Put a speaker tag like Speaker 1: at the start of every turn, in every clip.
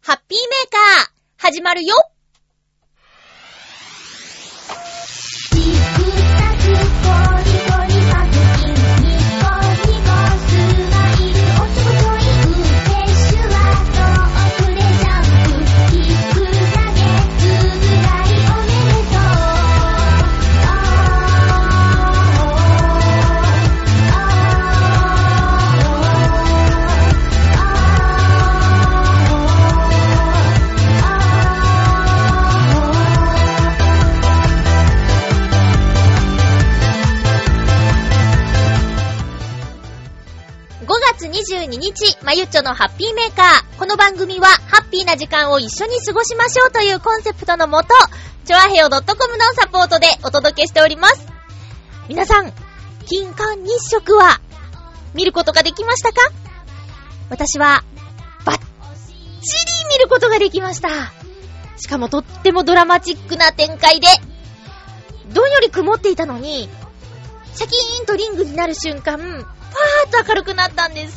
Speaker 1: ハッピーメーカー始まるよ。22日、まゆっちょのハッピーメーカー。この番組はハッピーな時間を一緒に過ごしましょうというコンセプトのもと、ちょあへよ .com のサポートでお届けしております。皆さん、金環日食は見ることができましたか？私はバッチリ見ることができました。しかもとってもドラマチックな展開で、どんより曇っていたのにシャキーンとリングになる瞬間、パーッと明るくなったんです。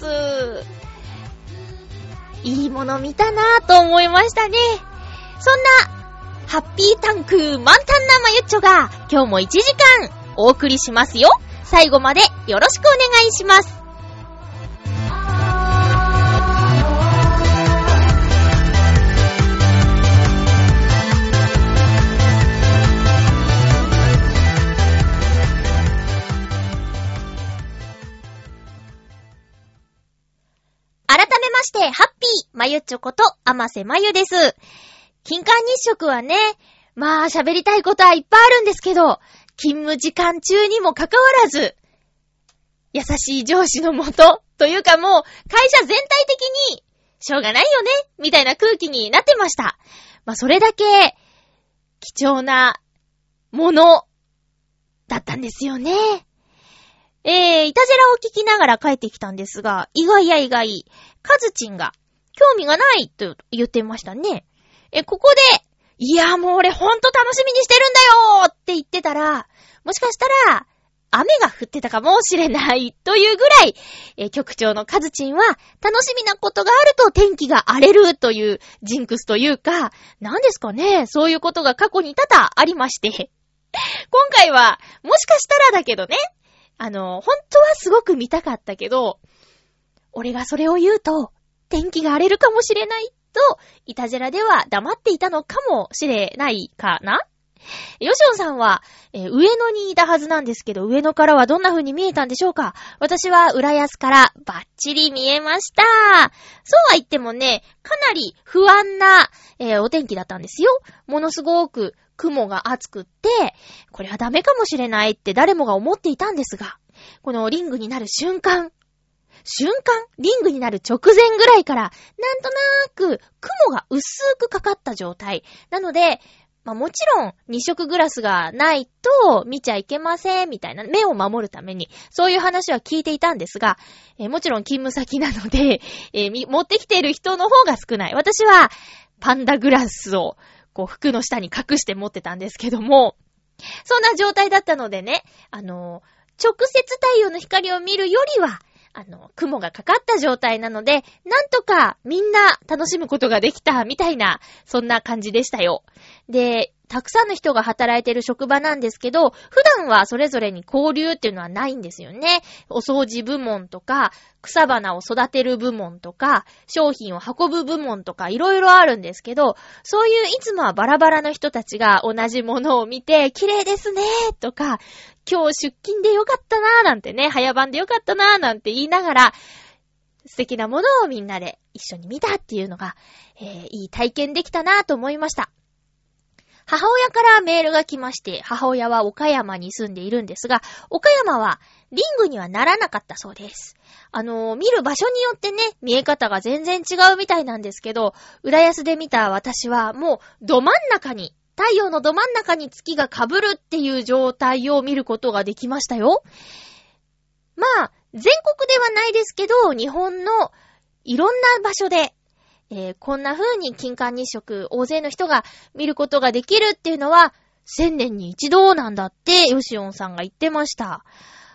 Speaker 1: いいもの見たなぁと思いましたね。そんなハッピータンク満タンなまゆっちょが今日も1時間お送りしますよ。最後までよろしくお願いします。改めまして、ハッピーまゆっちょこと甘瀬まゆです。金環日食はね、まあ喋りたいことはいっぱいあるんですけど、勤務時間中にもかかわらず、優しい上司のもとというかもう会社全体的にしょうがないよねみたいな空気になってました。まあそれだけ貴重なものだったんですよね。いたじらを聞きながら帰ってきたんですが、意外や意外、カズチンが興味がないと言ってましたね。ここで、いやもう俺ほんと楽しみにしてるんだよって言ってたら、もしかしたら雨が降ってたかもしれないというぐらい、局長のカズチンは楽しみなことがあると天気が荒れるというジンクスというか、何ですかね、そういうことが過去に多々ありまして、今回はもしかしたらだけどね、本当はすごく見たかったけど、俺がそれを言うと天気が荒れるかもしれないと、いたじらでは黙っていたのかもしれないかな。ヨシオンさんは、上野にいたはずなんですけど、上野からはどんな風に見えたんでしょうか。私は浦安からバッチリ見えました。そうは言ってもね、かなり不安な、お天気だったんですよ。ものすごく雲が厚くって、これはダメかもしれないって誰もが思っていたんですが、このリングになる瞬間、リングになる直前ぐらいから、なんとなく雲が薄くかかった状態。なので、まあもちろん2色グラスがないと見ちゃいけませんみたいな、目を守るためにそういう話は聞いていたんですが、もちろん勤務先なので、持ってきている人の方が少ない。私はパンダグラスをこう服の下に隠して持ってたんですけども、そんな状態だったのでね、直接太陽の光を見るよりは雲がかかった状態なので、なんとかみんな楽しむことができたみたいな、そんな感じでしたよ。で、たくさんの人が働いている職場なんですけど、普段はそれぞれに交流っていうのはないんですよね。お掃除部門とか、草花を育てる部門とか、商品を運ぶ部門とか、いろいろあるんですけど、そういういつもはバラバラの人たちが同じものを見て、綺麗ですねとか、今日出勤でよかったなーなんてね、早番でよかったなーなんて言いながら、素敵なものをみんなで一緒に見たっていうのが、いい体験できたなと思いました。母親からメールが来まして、母親は岡山に住んでいるんですが、岡山はリングにはならなかったそうです。見る場所によってね、見え方が全然違うみたいなんですけど、浦安で見た私はもうど真ん中に、太陽のど真ん中に月が被るっていう状態を見ることができましたよ。まあ、全国ではないですけど、日本のいろんな場所で、こんな風に金環日食、大勢の人が見ることができるっていうのは、1000年に一度なんだって、ヨシオンさんが言ってました。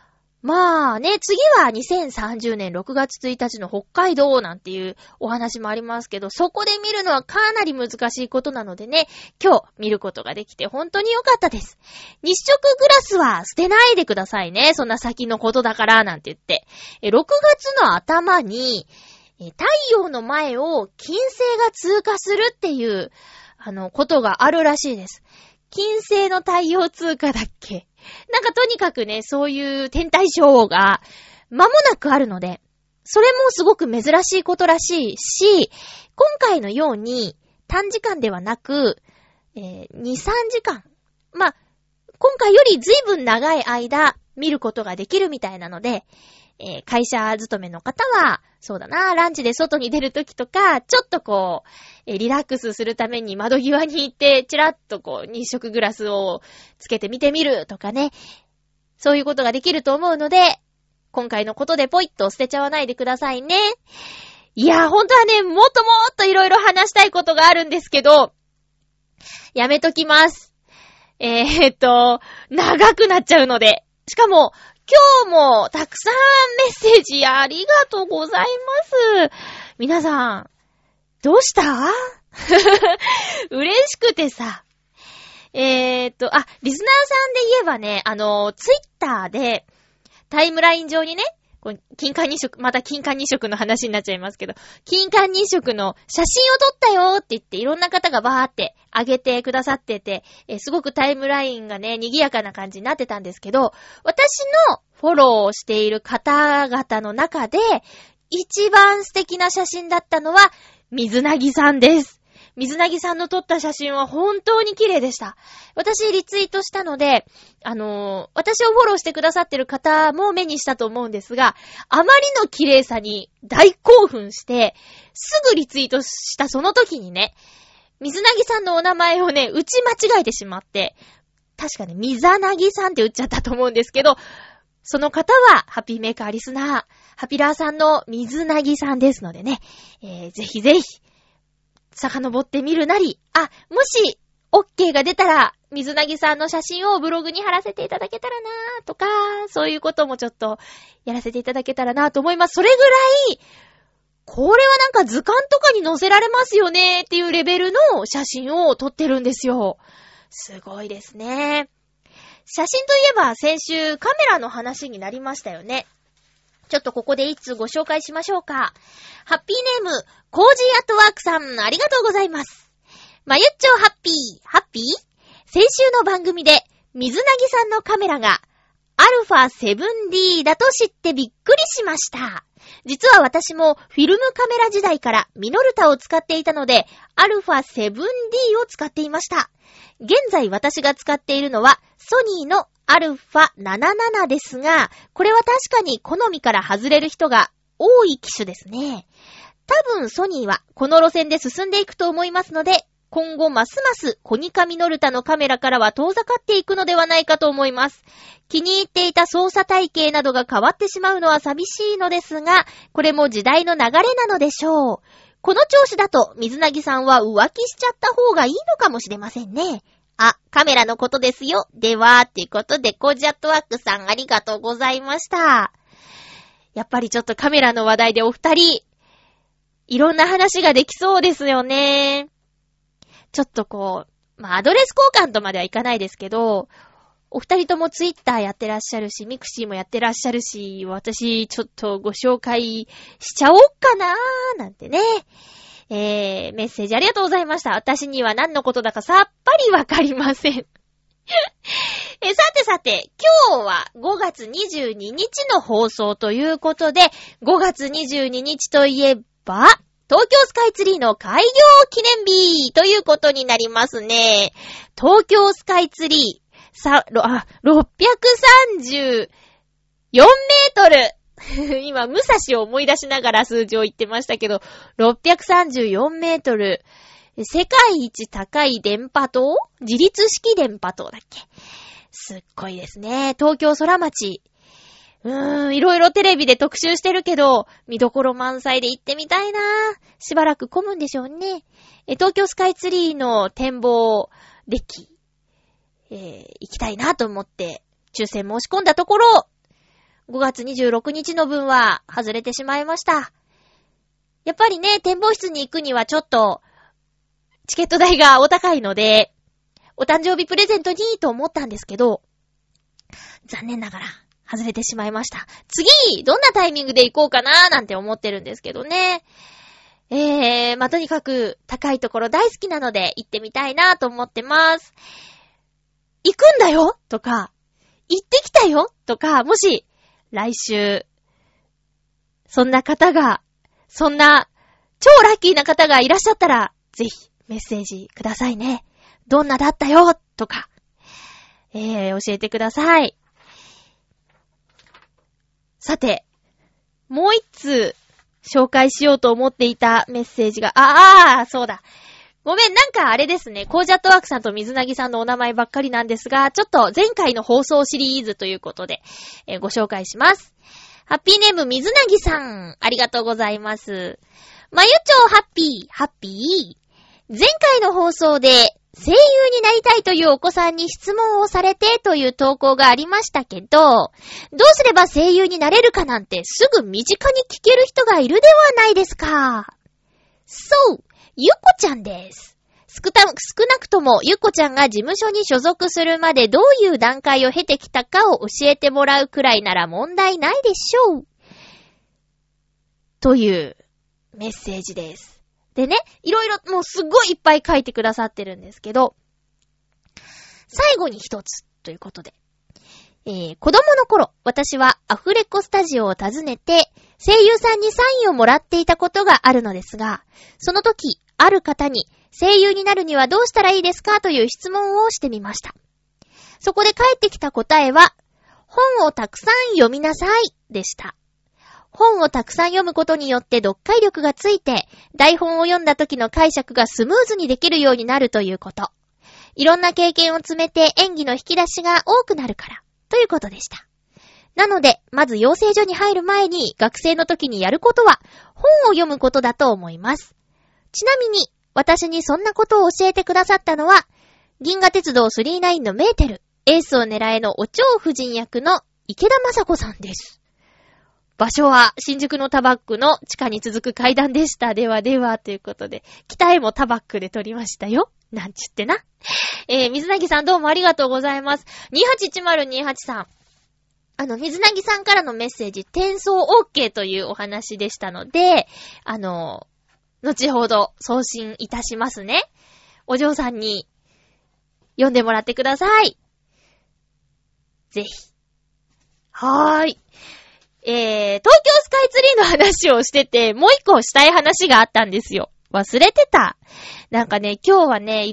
Speaker 1: まあね、次は2030年6月1日の北海道なんていうお話もありますけど、そこで見るのはかなり難しいことなのでね、今日見ることができて本当に良かったです。日食グラスは捨てないでくださいね。そんな先のことだからなんて言って。6月の頭に、太陽の前を金星が通過するっていう、ことがあるらしいです。金星の太陽通過だっけ？なんかとにかくね、そういう天体ショーが間もなくあるので、それもすごく珍しいことらしいし、今回のように短時間ではなく、2、3時間。まあ、今回より随分長い間見ることができるみたいなので、会社勤めの方は、そうだな、ランチで外に出るときとか、ちょっとこう、リラックスするために窓際に行って、チラッとこう、日食グラスをつけて見てみるとかね、そういうことができると思うので、今回のことでポイッと捨てちゃわないでくださいね。いや、本当はね、もっともっといろいろ話したいことがあるんですけど、やめときます。長くなっちゃうので。しかも、今日もたくさんメッセージありがとうございます。皆さん、どうした？嬉しくてさ。リスナーさんで言えばね、ツイッターで、タイムライン上にね、金環日食、また金環日食の話になっちゃいますけど、金環日食の写真を撮ったよって言って、いろんな方がバーって上げてくださってて、すごくタイムラインがね、賑やかな感じになってたんですけど、私のフォローをしている方々の中で、一番素敵な写真だったのは、水なぎさんです。水なぎさんの撮った写真は本当に綺麗でした。私リツイートしたので、私をフォローしてくださってる方も目にしたと思うんですが、あまりの綺麗さに大興奮して、すぐリツイートしたその時にね、水なぎさんのお名前をね、打ち間違えてしまって、確かね、水なぎさんって打っちゃったと思うんですけど、その方は、ハッピーメーカーリスナー、ハピラーさんの水なぎさんですのでね、ぜひぜひ、遡ってみるなり、もし、OK が出たら、水なぎさんの写真をブログに貼らせていただけたらなーとか、そういうこともちょっと、やらせていただけたらなと思います。それぐらい、これはなんか図鑑とかに載せられますよねっていうレベルの写真を撮ってるんですよ。すごいですね。写真といえば先週カメラの話になりましたよね。ちょっとここで一通ご紹介しましょうか。ハッピーネーム、コージーアットワークさん、ありがとうございます。まゆっちょハッピー先週の番組で、水なぎさんのカメラが、アルファ 7D だと知ってびっくりしました。実は私もフィルムカメラ時代からミノルタを使っていたので、アルファ 7D を使っていました。現在私が使っているのは、ソニーのアルファ77ですが、これは確かに好みから外れる人が多い機種ですね。多分ソニーはこの路線で進んでいくと思いますので、今後ますますコニカミノルタのカメラからは遠ざかっていくのではないかと思います。気に入っていた操作体系などが変わってしまうのは寂しいのですが、これも時代の流れなのでしょう。この調子だと水なぎさんは浮気しちゃった方がいいのかもしれませんね。カメラのことですよ。では、ということで、コージアットワークさんありがとうございました。やっぱりちょっとカメラの話題でお二人、いろんな話ができそうですよね。ちょっとこう、アドレス交換とまではいかないですけど、お二人ともツイッターやってらっしゃるし、ミクシーもやってらっしゃるし、私ちょっとご紹介しちゃおうかなーなんてね。メッセージありがとうございました。私には何のことだかさっぱりわかりません。さて、今日は5月22日の放送ということで、5月22日といえば、東京スカイツリーの開業記念日ということになりますね。東京スカイツリー、634メートル。今、武蔵を思い出しながら数字を言ってましたけど、634メートル。世界一高い電波塔？自立式電波塔だっけ？すっごいですね。東京空町。いろいろテレビで特集してるけど、見どころ満載で行ってみたいな。しばらく混むんでしょうね。東京スカイツリーの展望デッキ、行きたいなと思って、抽選申し込んだところ、 5月26日の分は外れてしまいました。やっぱりね、展望室に行くにはちょっと、チケット代がお高いので、お誕生日プレゼントにと思ったんですけど、残念ながら外れてしまいました。次、どんなタイミングで行こうかなーなんて思ってるんですけどね。まあ、とにかく高いところ大好きなので行ってみたいなと思ってます。行くんだよとか、行ってきたよとか、もし、来週、そんな超ラッキーな方がいらっしゃったら、ぜひメッセージくださいね。どんなだったよとか、教えてください。さて、もう一通紹介しようと思っていたメッセージが、そうだ。ごめん、なんかあれですね、コージャットワークさんと水なぎさんのお名前ばっかりなんですが、ちょっと前回の放送シリーズということで、ご紹介します。ハッピーネーム水なぎさん、ありがとうございます。まゆちょハッピー。前回の放送で、声優になりたいというお子さんに質問をされてという投稿がありましたけど、どうすれば声優になれるかなんてすぐ身近に聞ける人がいるではないですか。そう、ゆっこちゃんです。少なくともゆっこちゃんが事務所に所属するまでどういう段階を経てきたかを教えてもらうくらいなら問題ないでしょう。というメッセージです。でね、いろいろもうすっごいいっぱい書いてくださってるんですけど、最後に一つということで、子供の頃、私はアフレコスタジオを訪ねて、声優さんにサインをもらっていたことがあるのですが、その時、ある方に声優になるにはどうしたらいいですかという質問をしてみました。そこで返ってきた答えは、本をたくさん読みなさいでした。本をたくさん読むことによって読解力がついて、台本を読んだ時の解釈がスムーズにできるようになるということ。いろんな経験を詰めて演技の引き出しが多くなるから、ということでした。なので、まず養成所に入る前に学生の時にやることは、本を読むことだと思います。ちなみに、私にそんなことを教えてくださったのは、銀河鉄道999のメーテル、エースを狙えのお蝶夫人役の池田雅子さんです。場所は新宿のタバックの地下に続く階段でした。ではではということで、北へもタバックで撮りましたよ。なんちってな。水なぎさんどうもありがとうございます。281028さん。水なぎさんからのメッセージ、転送 OK というお話でしたので、後ほど送信いたしますね。お嬢さんに読んでもらってください。ぜひ。はーい。東京スカイツリーの話をしてて、もう一個したい話があったんですよ。忘れてた。なんかね、今日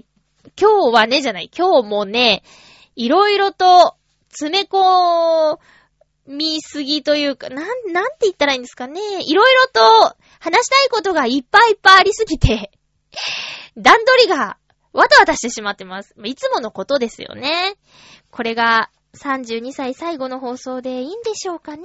Speaker 1: もね、いろいろと詰め込みすぎというか、なんて言ったらいいんですかね。いろいろと話したいことがいっぱいありすぎて、段取りがわたわたしてしまってます。いつものことですよね。これが32歳最後の放送でいいんでしょうかね。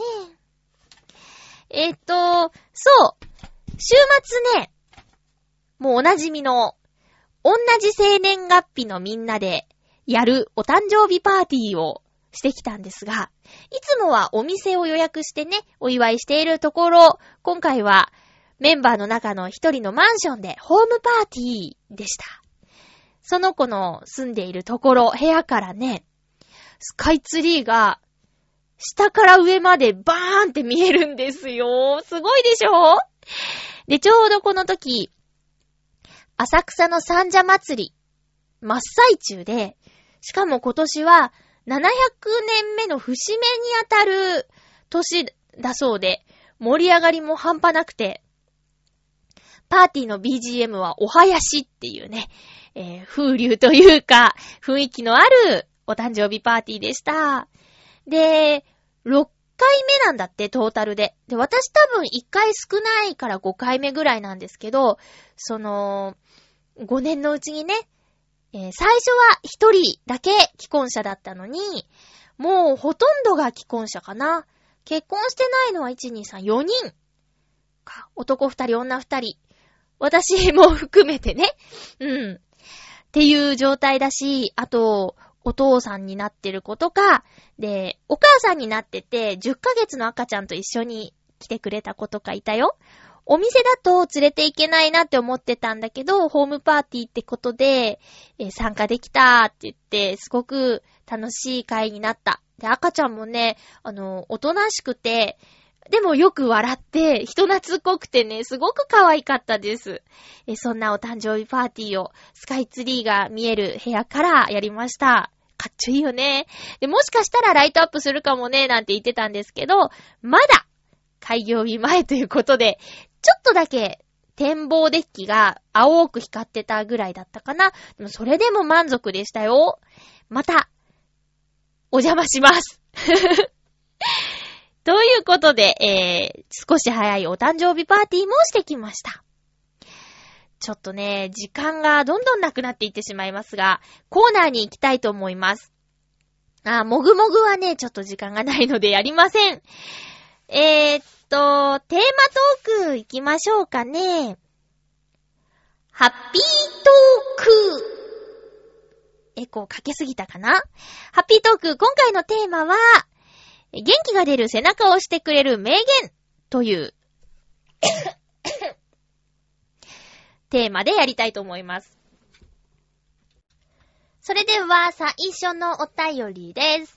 Speaker 1: そう。週末ね、もうおなじみの、同じ生年月日のみんなでやるお誕生日パーティーをしてきたんですが、いつもはお店を予約してね、お祝いしているところ、今回はメンバーの中の一人のマンションでホームパーティーでした。その子の住んでいるところ、部屋からね、スカイツリーが下から上までバーンって見えるんですよ。すごいでしょ？で、ちょうどこの時、浅草の三社祭り、真っ最中で、しかも今年は700年目の節目にあたる年だそうで、盛り上がりも半端なくて、パーティーの BGM はお囃子っていうね、風流というか、雰囲気のあるお誕生日パーティーでした。で、6回目なんだって、トータルで。で、私多分1回少ないから5回目ぐらいなんですけど、5年のうちにね、最初は1人だけ既婚者だったのに、もうほとんどが既婚者かな。結婚してないのは1、2、3、4人か。男2人、女2人。私も含めてね。っていう状態だし、あと、 お父さんになってる子とか、で、お母さんになってて、10ヶ月の赤ちゃんと一緒に来てくれた子とかいたよ。お店だと連れて行けないなって思ってたんだけど、ホームパーティーってことで、参加できたって言って、すごく楽しい会になった。で、赤ちゃんもね、おとなしくて、でもよく笑って、人懐っこくてね、すごく可愛かったです。そんなお誕生日パーティーをスカイツリーが見える部屋からやりました。かっちょいいよね。で、もしかしたらライトアップするかもね、なんて言ってたんですけど、まだ開業日前ということで、ちょっとだけ展望デッキが青く光ってたぐらいだったかな。でもそれでも満足でしたよ。また、お邪魔します。ということで、少し早いお誕生日パーティーもしてきました。ちょっとね、時間がどんどんなくなっていってしまいますが、コーナーに行きたいと思います。もぐもぐはね、ちょっと時間がないのでやりません。テーマトーク行きましょうかね。ハッピートーク。エコーかけすぎたかな？ハッピートーク、今回のテーマは、元気が出る背中を押してくれる名言というテーマでやりたいと思います。それでは最初のお便りです。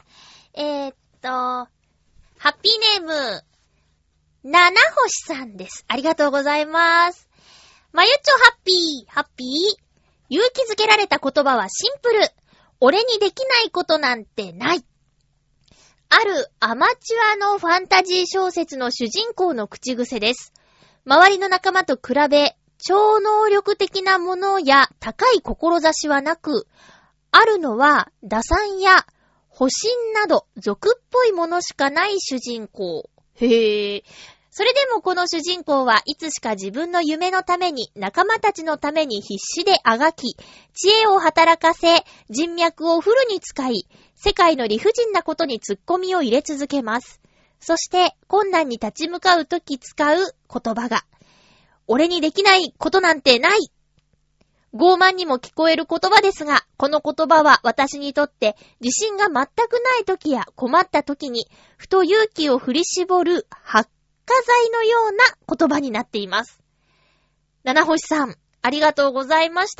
Speaker 1: ハッピーネーム、七星さんです。ありがとうございます。まゆっちょハッピー、ハッピー。勇気づけられた言葉はシンプル。俺にできないことなんてない。あるアマチュアのファンタジー小説の主人公の口癖です。周りの仲間と比べ、超能力的なものや高い志はなく、あるのは打算や保身など俗っぽいものしかない主人公。へえ。それでもこの主人公はいつしか自分の夢のために仲間たちのために必死であがき、知恵を働かせ、人脈をフルに使い、世界の理不尽なことにツッコミを入れ続けます。そして困難に立ち向かうとき使う言葉が、俺にできないことなんてない。傲慢にも聞こえる言葉ですが、この言葉は私にとって自信が全くないときや困ったときに、ふと勇気を振り絞る発火剤のような言葉になっています。七星さん、ありがとうございました。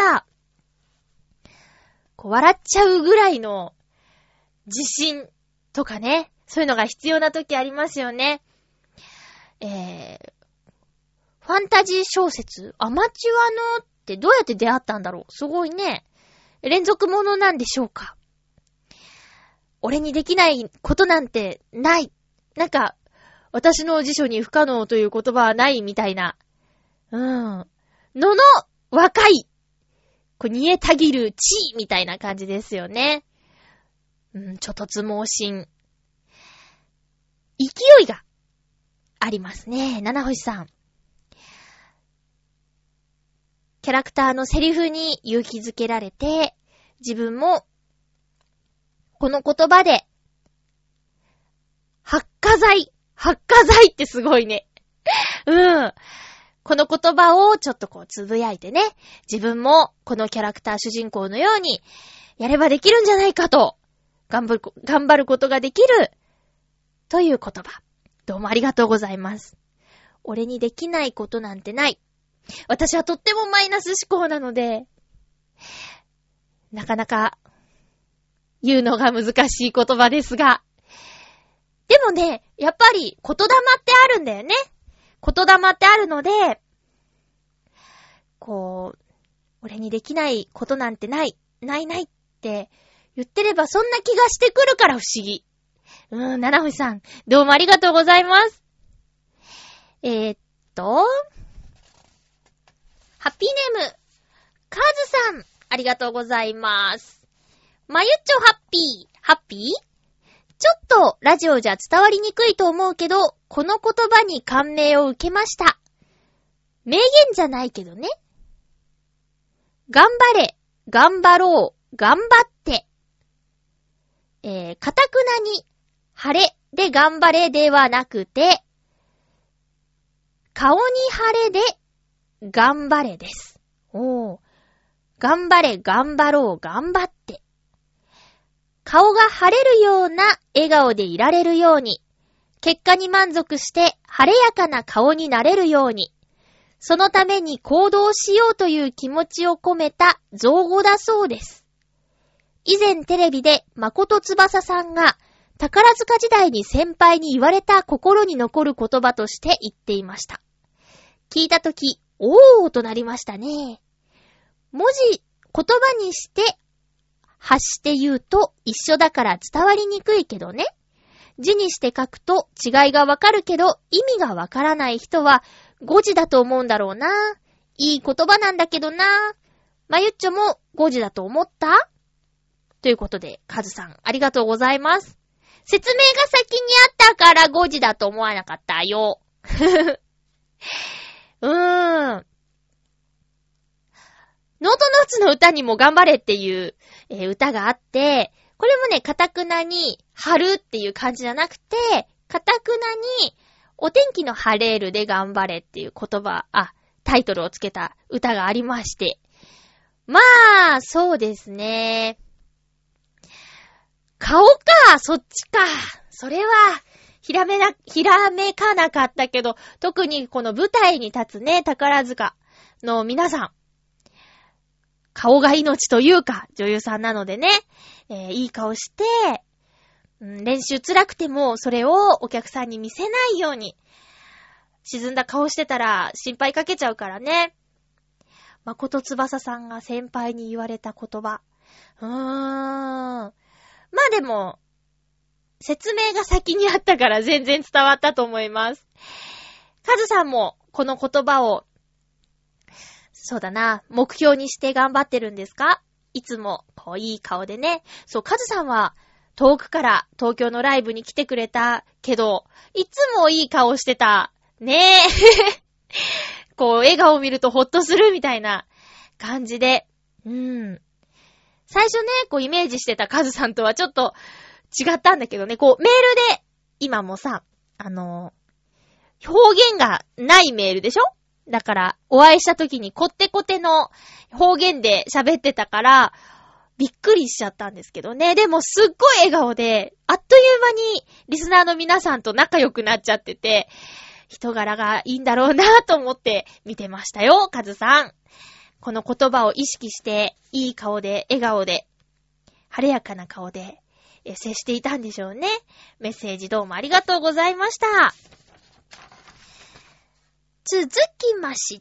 Speaker 1: 笑っちゃうぐらいの自信とかね、そういうのが必要な時ありますよね。ファンタジー小説、アマチュアのってどうやって出会ったんだろう。すごいね。連続ものなんでしょうか。俺にできないことなんてない。なんか、私の辞書に不可能という言葉はないみたいな。の若い。煮えたぎる地みたいな感じですよね。ちょっとつ猛進。勢いがありますね。七星さん。キャラクターのセリフに勇気づけられて、自分もこの言葉で発火剤ってすごいね。この言葉をちょっとつぶやいてね、自分もこのキャラクター主人公のようにやればできるんじゃないかと頑張ることができるという言葉。どうもありがとうございます。俺にできないことなんてない。私はとってもマイナス思考なので、なかなか言うのが難しい言葉ですが、でもね、やっぱり言霊ってあるんだよね。言霊ってあるので、俺にできないことなんてないって言ってればそんな気がしてくるから不思議。七星さん、どうもありがとうございます。ハッピーネーム、カズさん、ありがとうございます。まゆっちょハッピーちょっとラジオじゃ伝わりにくいと思うけど、この言葉に感銘を受けました。名言じゃないけどね。頑張れ、頑張ろう、頑張って。かたくなに、晴れで頑張れではなくて、顔に晴れで頑張れです。頑張れ、頑張ろう、頑張って。 顔が晴れるような笑顔でいられるように、結果に満足して晴れやかな顔になれるように、そのために行動しようという気持ちを込めた造語だそうです。以前テレビで誠翼さんが宝塚時代に先輩に言われた心に残る言葉として言っていました。聞いたとき、おーとなりましたね。言葉にして発して言うと一緒だから伝わりにくいけどね。字にして書くと違いがわかるけど意味がわからない人は誤字だと思うんだろうな。いい言葉なんだけどな。まゆっちょも誤字だと思った?ということで、カズさんありがとうございます。説明が先にあったから誤字だと思わなかったよ。ノートノーツの歌にも頑張れっていう、歌があって、これもね、カタクナに春っていう感じじゃなくて、カタクナにお天気の晴れるで頑張れっていうタイトルをつけた歌がありまして。まあ、そうですね。顔か、そっちか。それは、ひらめかなかったけど、特にこの舞台に立つね、宝塚の皆さん。顔が命というか、女優さんなのでね、いい顔して、練習辛くても、それをお客さんに見せないように、沈んだ顔してたら心配かけちゃうからね。誠翼さんが先輩に言われた言葉。まあでも、説明が先にあったから全然伝わったと思います。カズさんもこの言葉を、そうだな、目標にして頑張ってるんですか?いつもこういい顔でね。そう、カズさんは遠くから東京のライブに来てくれたけど、いつもいい顔してた。ねえ。こう笑顔を見るとホッとするみたいな感じで。最初ね、こうイメージしてたカズさんとはちょっと違ったんだけどね、こうメールで、今もさ、表現がないメールでしょ?だから、お会いした時にコテコテの方言で喋ってたから、びっくりしちゃったんですけどね。でもすっごい笑顔で、あっという間にリスナーの皆さんと仲良くなっちゃってて、人柄がいいんだろうなと思って見てましたよ、カズさん。この言葉を意識して、いい顔で、笑顔で、晴れやかな顔で、接していたんでしょうね。メッセージどうもありがとうございました。続きまして。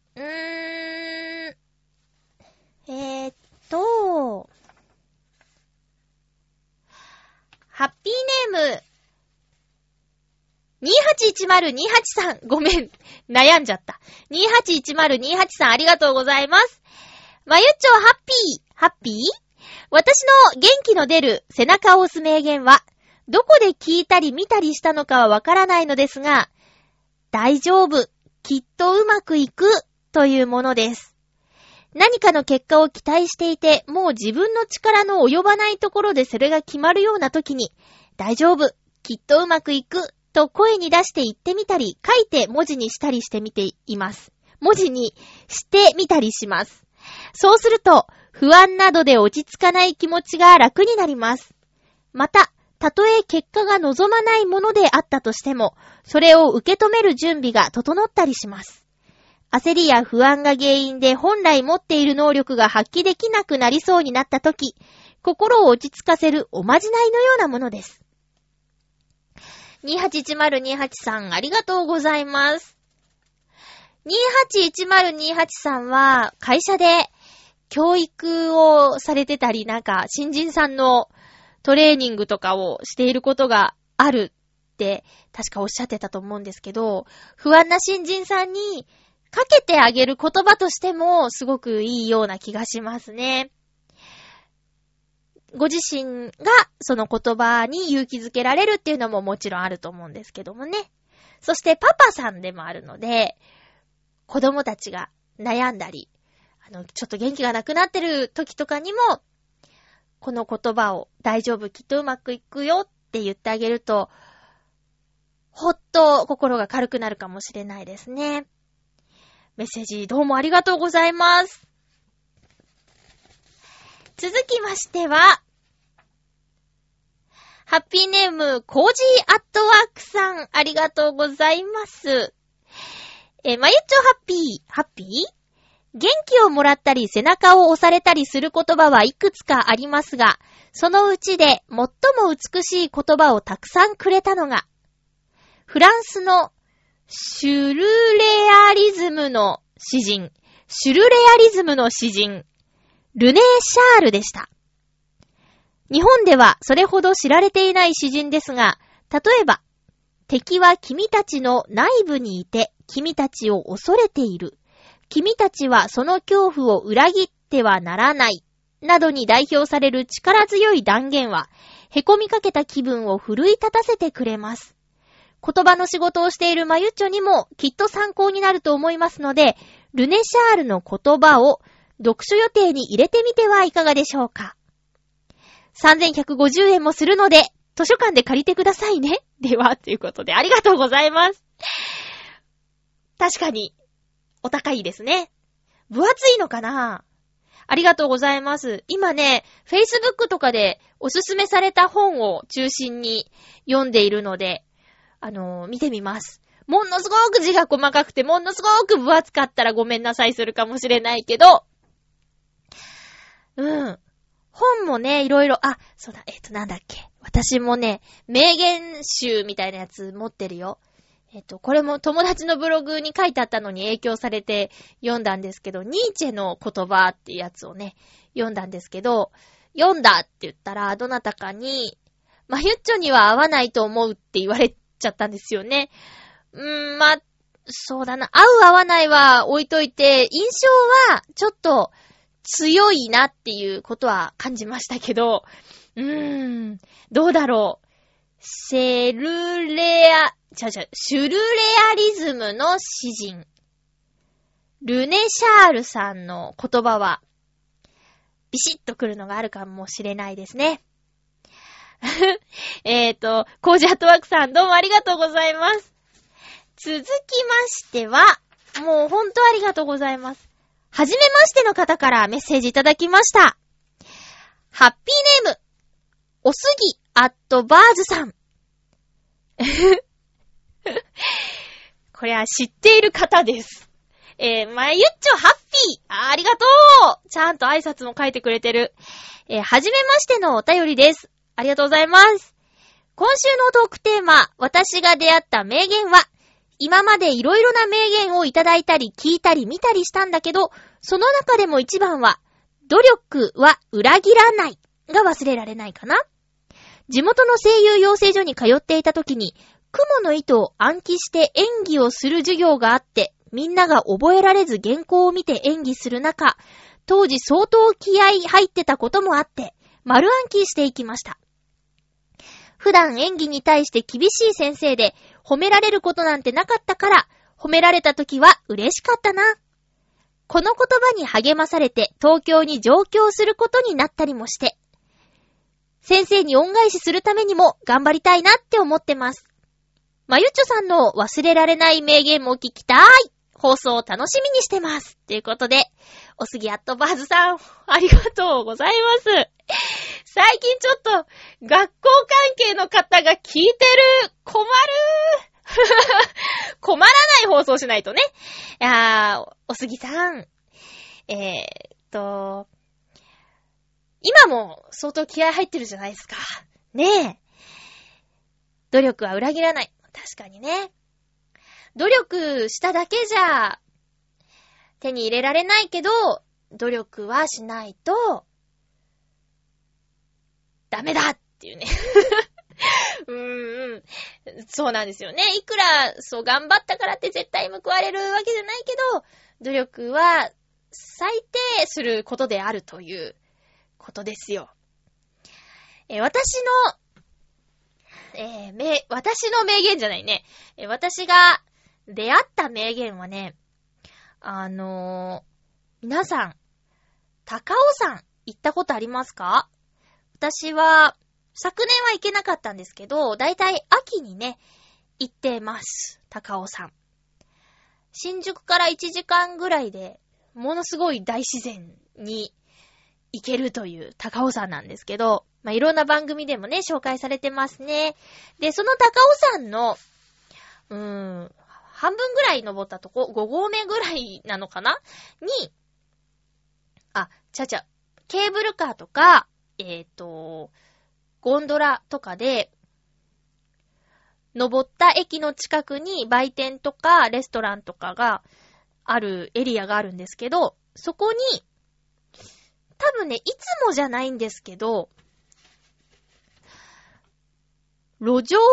Speaker 1: ハッピーネーム、281028さん、ごめん、悩んじゃった。281028さん、ありがとうございます。まゆっちょハッピー私の元気の出る背中を押す名言は、どこで聞いたり見たりしたのかはわからないのですが、大丈夫、きっとうまくいくというものです。何かの結果を期待していて、もう自分の力の及ばないところでそれが決まるような時に、大丈夫、きっとうまくいくと声に出して言ってみたり、書いて文字にしたりしてみています。文字にしてみたりします。そうすると、不安などで落ち着かない気持ちが楽になります。また、たとえ結果が望まないものであったとしても、それを受け止める準備が整ったりします。焦りや不安が原因で本来持っている能力が発揮できなくなりそうになったとき、心を落ち着かせるおまじないのようなものです。281028さん、ありがとうございます。281028さんは会社で教育をされてたり、なんか新人さんのトレーニングとかをしていることがあるって確かおっしゃってたと思うんですけど、不安な新人さんにかけてあげる言葉としてもすごくいいような気がしますね。ご自身がその言葉に勇気づけられるっていうのももちろんあると思うんですけどもね。そしてパパさんでもあるので、子供たちが悩んだり、ちょっと元気がなくなってる時とかにも、この言葉を大丈夫、きっとうまくいくよって言ってあげると、ほっと心が軽くなるかもしれないですね。メッセージどうもありがとうございます。続きましては、 ハッピーネーム、コージーアットワークさん、ありがとうございます。まゆっちょハッピー元気をもらったり背中を押されたりする言葉はいくつかありますが、そのうちで最も美しい言葉をたくさんくれたのが、フランスのシュルレアリズムの詩人、ルネー・シャールでした。日本ではそれほど知られていない詩人ですが、例えば、敵は君たちの内部にいて、君たちを恐れている。君たちはその恐怖を裏切ってはならない。などに代表される力強い断言は、へこみかけた気分を奮い立たせてくれます。言葉の仕事をしているまゆっちょにもきっと参考になると思いますので、ルネ・シャールの言葉を読書予定に入れてみてはいかがでしょうか。3150円もするので、図書館で借りてくださいね。では、ということでありがとうございます。確かに、お高いですね。分厚いのかな？ありがとうございます。今ね、Facebook とかでおすすめされた本を中心に読んでいるので、見てみます。ものすごく字が細かくて、ものすごく分厚かったらごめんなさいするかもしれないけど、本もね、いろいろ、そうだ、なんだっけ。私もね、名言集みたいなやつ持ってるよ。これも友達のブログに書いてあったのに影響されて読んだんですけど、ニーチェの言葉っていうやつをね、読んだんですけど、読んだって言ったら、どなたかに、まゆっちょには合わないと思うって言われちゃったんですよね。そうだな。合う合わないは置いといて、印象はちょっと強いなっていうことは感じましたけど、どうだろう。シュルレアリズムの詩人、ルネ・シャールさんの言葉は、ビシッとくるのがあるかもしれないですね。コージアットワークさん、どうもありがとうございます。続きましては、もうほんとありがとうございます。はじめましての方からメッセージいただきました。ハッピーネーム、おすぎアットバーズさん。これは知っている方です。まゆっちょハッピー、ありがとう。ちゃんと挨拶も書いてくれてる。はじめましてのお便りです。ありがとうございます。今週のトークテーマ、私が出会った名言は、今までいろいろな名言をいただいたり聞いたり見たりしたんだけど、その中でも一番は、努力は裏切らないが忘れられないかな。地元の声優養成所に通っていた時に、雲の糸を暗記して演技をする授業があって、みんなが覚えられず原稿を見て演技する中、当時相当気合入ってたこともあって、丸暗記していきました。普段演技に対して厳しい先生で、褒められることなんてなかったから、褒められた時は嬉しかったな。この言葉に励まされて東京に上京することになったりもして、先生に恩返しするためにも頑張りたいなって思ってます。まゆっちょさんの忘れられない名言も聞きたい。放送を楽しみにしてます。ということで、おすぎアットバーズさん、ありがとうございます。最近ちょっと学校関係の方が聞いてる。困る。困らない放送しないとね。いやー、おすぎさん。今も相当気合入ってるじゃないですか。ねえ。努力は裏切らない。確かにね。努力しただけじゃ手に入れられないけど、努力はしないとダメだっていうね。そうなんですよね。いくらそう頑張ったからって絶対報われるわけじゃないけど、努力は最低することであるということですよ。私の名言じゃないね。私が出会った名言はね、皆さん、高尾山行ったことありますか？私は、昨年は行けなかったんですけど、だいたい秋にね、行ってます。高尾山。新宿から1時間ぐらいで、ものすごい大自然に行けるという高尾山なんですけど、いろんな番組でもね、紹介されてますね。で、その高尾山の、半分ぐらい登ったとこ、5合目ぐらいなのかなに、ケーブルカーとか、ゴンドラとかで、登った駅の近くに売店とかレストランとかがあるエリアがあるんですけど、そこに、多分ね、いつもじゃないんですけど、路上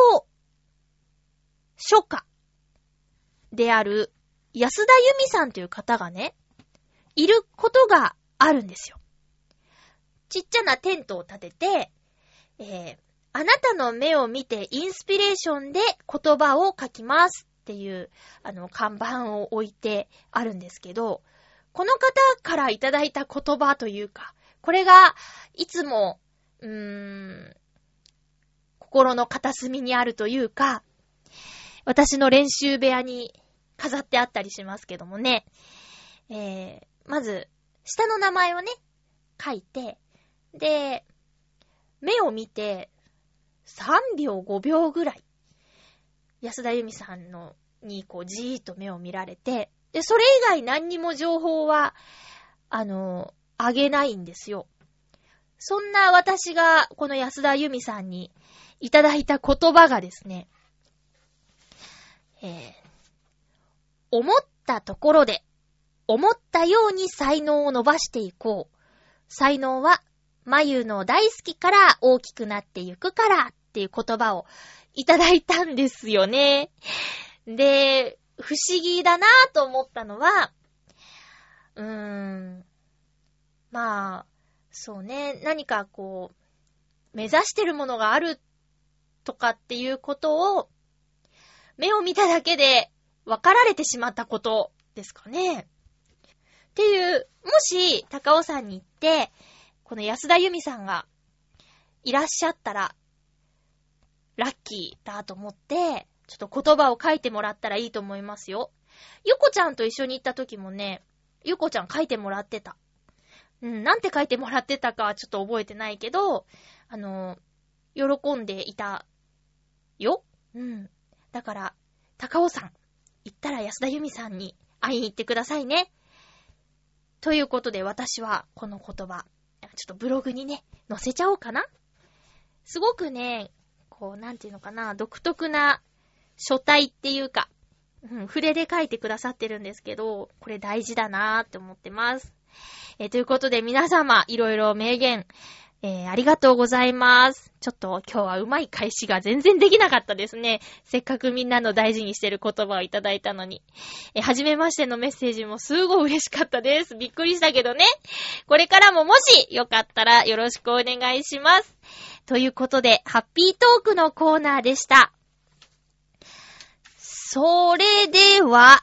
Speaker 1: 書家である安田由美さんという方がね、いることがあるんですよ。ちっちゃなテントを立てて、あなたの目を見てインスピレーションで言葉を書きますっていう看板を置いてあるんですけど、この方からいただいた言葉というか、これがいつも心の片隅にあるというか、私の練習部屋に飾ってあったりしますけどもね、まず下の名前をね書いて、で目を見て3秒5秒ぐらい安田由美さんのにこうじーっと目を見られて、でそれ以外何にも情報はあげないんですよ。そんな私がこの安田由美さんにいただいた言葉がですね、思ったところで思ったように才能を伸ばしていこう。才能はまゆの大好きから大きくなっていくからっていう言葉をいただいたんですよね。で、不思議だなぁと思ったのは、そうね、何かこう、目指してるものがあるとかっていうことを、目を見ただけで分かられてしまったことですかね。っていう、もし高尾山に行って、この安田由美さんがいらっしゃったら、ラッキーだと思って、ちょっと言葉を書いてもらったらいいと思いますよ。ゆこちゃんと一緒に行った時もね、ゆこちゃん書いてもらってた。なんて書いてもらってたかはちょっと覚えてないけど、喜んでいたよ。だから、高尾山行ったら安田由美さんに会いに行ってくださいね。ということで私はこの言葉、ちょっとブログにね、載せちゃおうかな。すごくね、こう、なんていうのかな、独特な書体っていうか、筆で書いてくださってるんですけど、これ大事だなーって思ってます。ということで皆様、いろいろ名言、ありがとうございます。ちょっと今日はうまい返しが全然できなかったですね。せっかくみんなの大事にしてる言葉をいただいたのに。はじめましてのメッセージもすごい嬉しかったです。びっくりしたけどね。これからももしよかったらよろしくお願いします。ということで、ハッピートークのコーナーでした。それでは、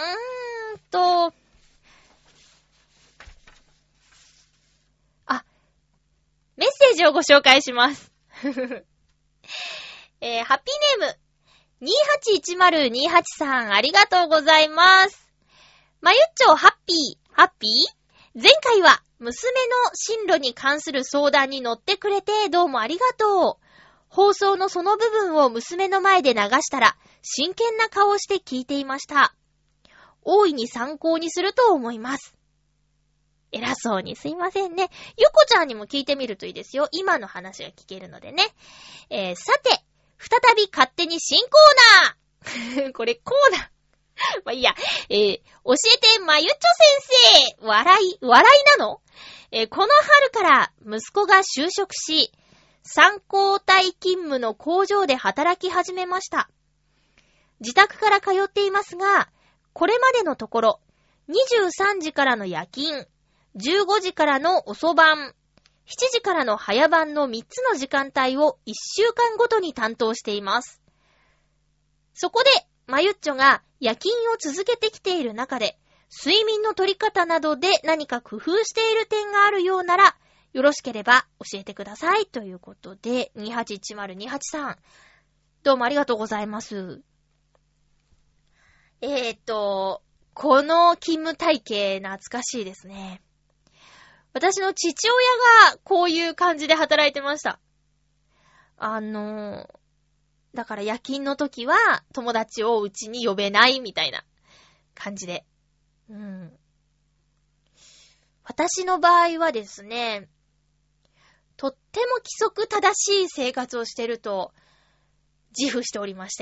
Speaker 1: メッセージをご紹介します。ハッピーネーム、281028さん、ありがとうございます。まゆっちょ、ハッピー前回は、娘の進路に関する相談に乗ってくれて、どうもありがとう。放送のその部分を娘の前で流したら、真剣な顔をして聞いていました。大いに参考にすると思います。偉そうにすいませんね。ゆこちゃんにも聞いてみるといいですよ。今の話が聞けるのでね。さて、再び勝手に新コーナーこれコーナーまあいいや。教えてまゆっちょ先生笑いなの？この春から息子が就職し、3交代勤務の工場で働き始めました。自宅から通っていますが、これまでのところ、23時からの夜勤、15時からの遅番、7時からの早番の3つの時間帯を1週間ごとに担当しています。そこで、まゆっちょが夜勤を続けてきている中で、睡眠の取り方などで何か工夫している点があるようなら、よろしければ教えてください。ということで、281028さん、どうもありがとうございます。この勤務体系懐かしいですね。 私の父親がこういう感じで働いてました。だから夜勤の時は友達をうちに呼べないみたいな感じで。私の場合はですね、とっても規則正しい生活をしてると自負しておりまして、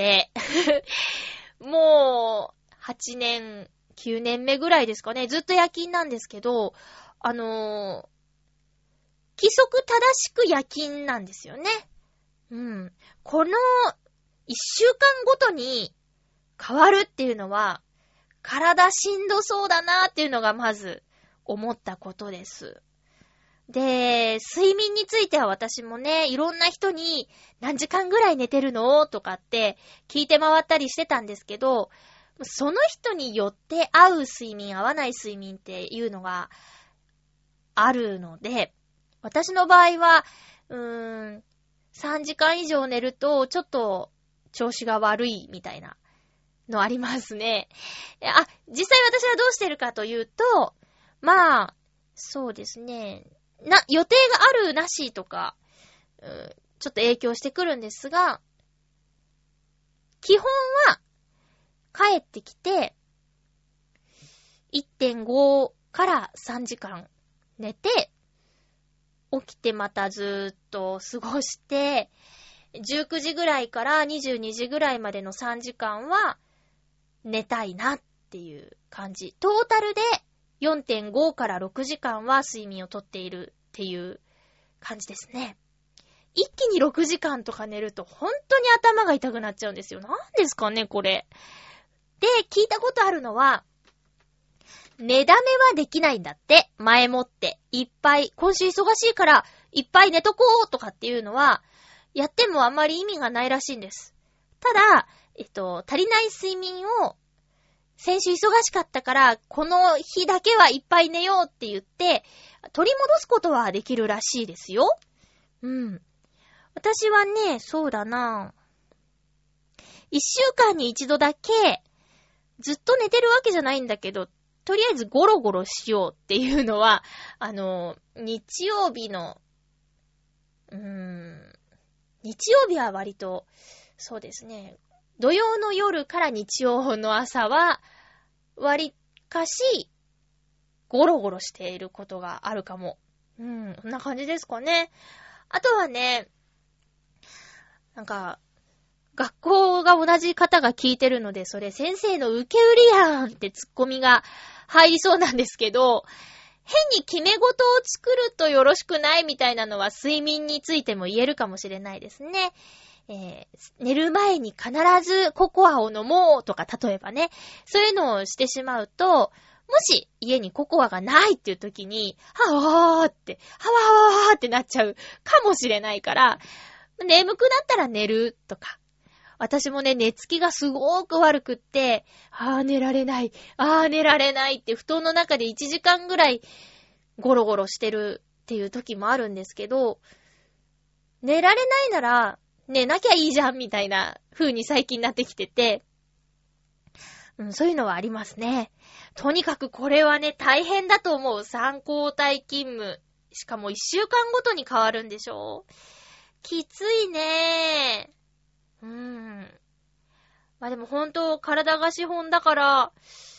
Speaker 1: もう8年、9年目ぐらいですかね、ずっと夜勤なんですけど、規則正しく夜勤なんですよね。この1週間ごとに変わるっていうのは、体しんどそうだなっていうのがまず思ったことです。で、睡眠については私もね、いろんな人に何時間ぐらい寝てるのとかって聞いて回ったりしてたんですけど、その人によって合う睡眠、合わない睡眠っていうのがあるので、私の場合は、3時間以上寝るとちょっと調子が悪いみたいなのありますね。実際私はどうしてるかというと、まあ、そうですね。予定があるなしとか、ちょっと影響してくるんですが、基本は帰ってきて、1.5 から3時間寝て、起きてまたずっと過ごして、19時ぐらいから22時ぐらいまでの3時間は寝たいなっていう感じ。トータルで 4.5 から6時間は睡眠をとっているっていう感じですね。一気に6時間とか寝ると本当に頭が痛くなっちゃうんですよ。なんですかね、これ。で、聞いたことあるのは、寝だめはできないんだって。前もって。いっぱい、今週忙しいからいっぱい寝とこうとかっていうのは、やってもあんまり意味がないらしいんです。ただ、足りない睡眠を、先週忙しかったから、この日だけはいっぱい寝ようって言って、取り戻すことはできるらしいですよ。私はね、そうだな。1週間に1度だけ、ずっと寝てるわけじゃないんだけど、とりあえずゴロゴロしようっていうのは、日曜日の、日曜日は割と、そうですね、土曜の夜から日曜の朝は、割かし、ゴロゴロしていることがあるかも。こんな感じですかね。あとはね、なんか、学校が同じ方が聞いてるので、それ先生の受け売りやんってツッコミが入りそうなんですけど、変に決め事を作るとよろしくないみたいなのは睡眠についても言えるかもしれないですね。寝る前に必ずココアを飲もうとか、例えばね、そういうのをしてしまうと、もし家にココアがないっていう時に、はわーって、はわわーってなっちゃうかもしれないから、眠くなったら寝るとか。私もね、寝つきがすごく悪くって、寝られない、寝られないって布団の中で1時間ぐらいゴロゴロしてるっていう時もあるんですけど、寝られないなら寝なきゃいいじゃんみたいな風に最近なってきてて、そういうのはありますね。とにかくこれはね、大変だと思う。3交代勤務。しかも1週間ごとに変わるんでしょ？きついね。まあでも本当体が資本だから、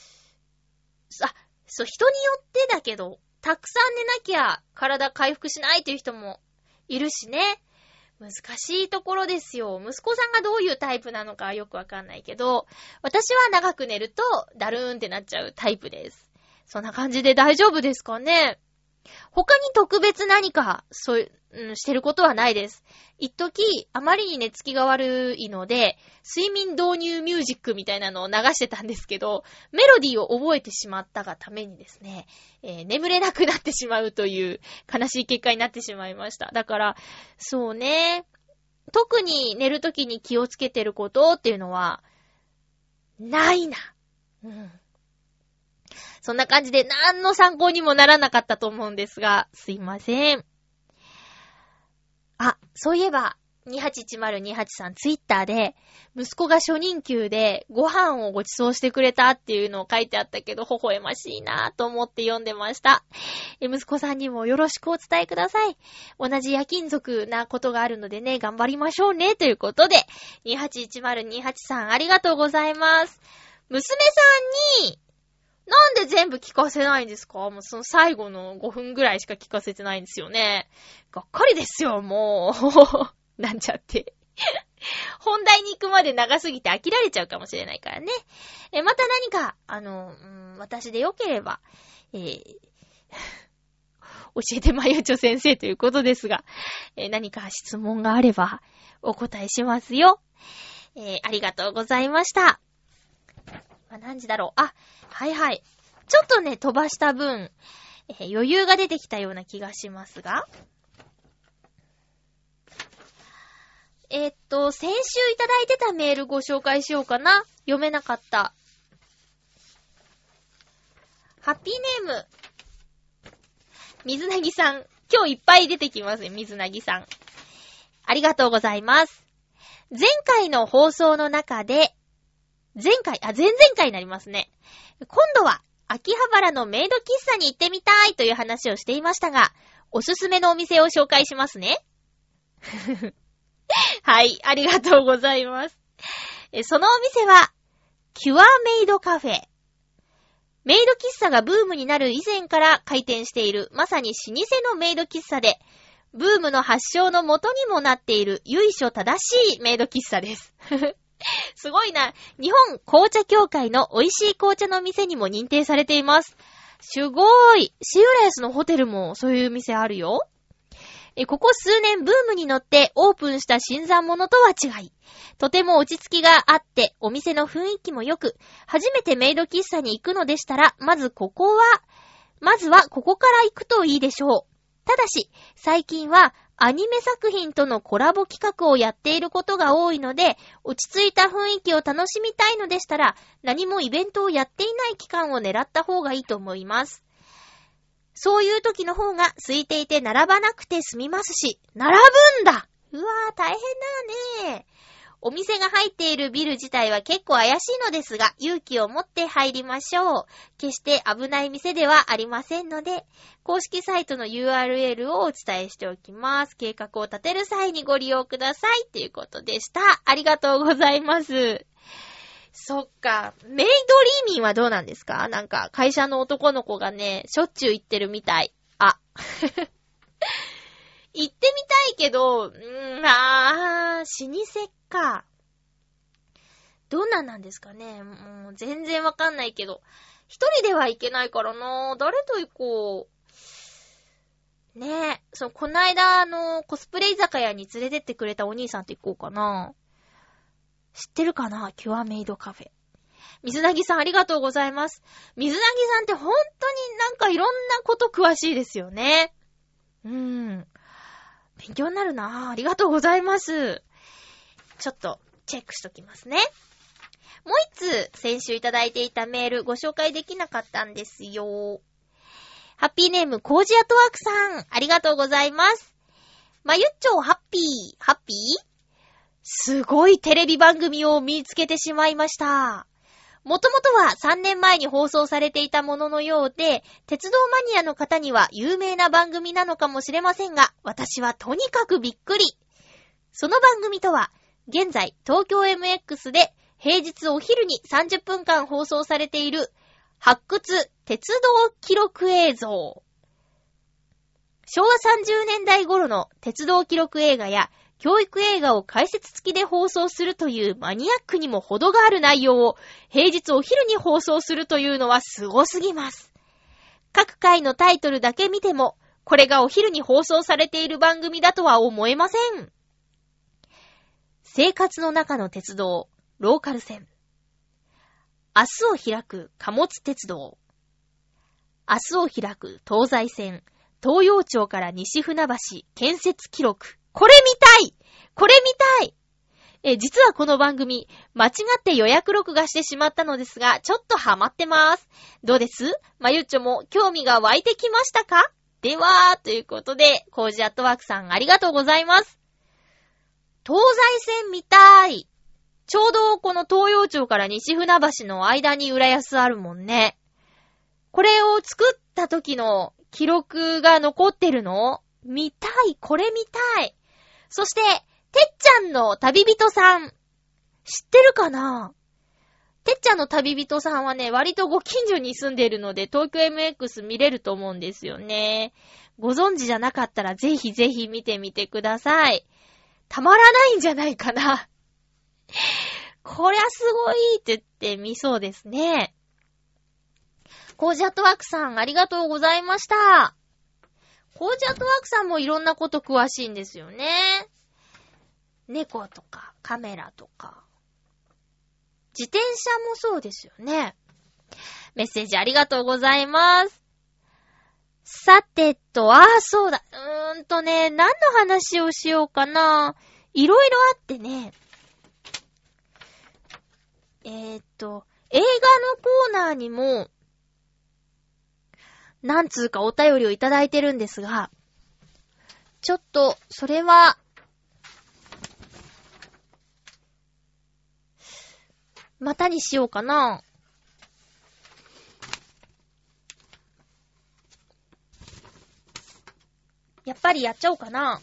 Speaker 1: そう、人によってだけど、たくさん寝なきゃ体回復しないという人もいるしね。難しいところですよ。息子さんがどういうタイプなのかよくわかんないけど、私は長く寝るとダルーンってなっちゃうタイプです。そんな感じで大丈夫ですかね？他に特別何か、してることはないです。一時、あまりに寝つきが悪いので、睡眠導入ミュージックみたいなのを流してたんですけど、メロディーを覚えてしまったがためにですね、眠れなくなってしまうという悲しい結果になってしまいました。だから、そうね、特に寝るときに気をつけてることっていうのは、ないな。そんな感じで何の参考にもならなかったと思うんですが、すいません。そういえば、 281028さんツイッターで、息子が初任給でご飯をご馳走してくれたっていうのを書いてあったけど、微笑ましいなぁと思って読んでました。息子さんにもよろしくお伝えください。同じ夜勤族なことがあるのでね、頑張りましょうね、ということで、281028さんありがとうございます。娘さんに、なんで全部聞かせないんですか？もうその最後の5分ぐらいしか聞かせてないんですよね。がっかりですよ、もう。なんちゃって。本題に行くまで長すぎて飽きられちゃうかもしれないからね。また何か、私でよければ、教えてまゆちょ先生ということですが、何か質問があればお答えしますよ。ありがとうございました。何時だろう。はいはい。ちょっとね、飛ばした分、余裕が出てきたような気がしますが。先週いただいてたメールご紹介しようかな。読めなかった。ハッピーネーム。水なぎさん。今日いっぱい出てきますね、水なぎさん。ありがとうございます。前回の放送の中で、前々回になりますね。今度は、秋葉原のメイド喫茶に行ってみたいという話をしていましたが、おすすめのお店を紹介しますね。はい、ありがとうございます。そのお店は、キュアメイドカフェ。メイド喫茶がブームになる以前から開店している、まさに老舗のメイド喫茶で、ブームの発祥の元にもなっている由緒正しいメイド喫茶です。すごいな。日本紅茶協会の美味しい紅茶の店にも認定されています。すごい。シウレースのホテルもそういう店あるよ。ここ数年ブームに乗ってオープンした新参者とは違い、とても落ち着きがあってお店の雰囲気も良く、初めてメイド喫茶に行くのでしたら、まずはここから行くといいでしょう。ただし、最近はアニメ作品とのコラボ企画をやっていることが多いので、落ち着いた雰囲気を楽しみたいのでしたら、何もイベントをやっていない期間を狙った方がいいと思います。そういう時の方が空いていて並ばなくて済みますし、並ぶんだ！うわー、大変だね。お店が入っているビル自体は結構怪しいのですが、勇気を持って入りましょう。決して危ない店ではありませんので、公式サイトの URL をお伝えしておきます。計画を立てる際にご利用ください。ということでした。ありがとうございます。そっか。メイドリーミンはどうなんですか？なんか、会社の男の子がね、しょっちゅう行ってるみたい。行ってみたいけど、老舗か。どんなんですかね。もう全然わかんないけど。一人では行けないからな。誰と行こう。ねえ。こないだコスプレ居酒屋に連れてってくれたお兄さんと行こうかな。知ってるかな？キュアメイドカフェ。水なぎさんありがとうございます。水なぎさんって本当になんかいろんなこと詳しいですよね。勉強になるな。ありがとうございます。ちょっとチェックしときますね。もう一つ先週いただいていたメールご紹介できなかったんですよ。ハッピーネームコージアトワークさんありがとうございます。まゆっちょハッピーすごいテレビ番組を見つけてしまいました。もともとは3年前に放送されていたもののようで、鉄道マニアの方には有名な番組なのかもしれませんが、私はとにかくびっくり。その番組とは、現在東京 MX で平日お昼に30分間放送されている発掘鉄道記録映像。昭和30年代頃の鉄道記録映画や教育映画を解説付きで放送するというマニアックにも程がある内容を平日お昼に放送するというのはすごすぎます。各回のタイトルだけ見ても、これがお昼に放送されている番組だとは思えません。生活の中の鉄道、ローカル線。明日を開く貨物鉄道。明日を開く東西線、東陽町から西船橋建設記録。これ見たい実はこの番組、間違って予約録画してしまったのですが、ちょっとハマってます。どうです？まゆっちょも興味が湧いてきましたか？では、ということで、コージアットワークさんありがとうございます。 東西線見たい。ちょうどこの東陽町から西船橋の間に浦安あるもんね。これを作った時の記録が残ってるの？見たい。これ見たい。そして、てっちゃんの旅人さん。知ってるかな？てっちゃんの旅人さんはね、割とご近所に住んでいるので、東京 MX 見れると思うんですよね。ご存知じゃなかったらぜひぜひ見てみてください。たまらないんじゃないかな。こりゃすごいって言って見そうですね。コージアットワークさんありがとうございました。コージアットワークさんもいろんなこと詳しいんですよね。猫とかカメラとか自転車もそうですよね。メッセージありがとうございます。さてと、そうだ。何の話をしようかな。いろいろあってね。映画のコーナーにも、なんつうかお便りをいただいてるんですが、ちょっと、それは、またにしようかな。やっぱりやっちゃおうかな。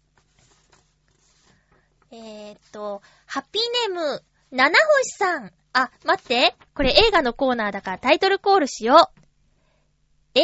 Speaker 1: ハッピーネーム、七星さん。待って。これ映画のコーナーだからタイトルコールしよう。映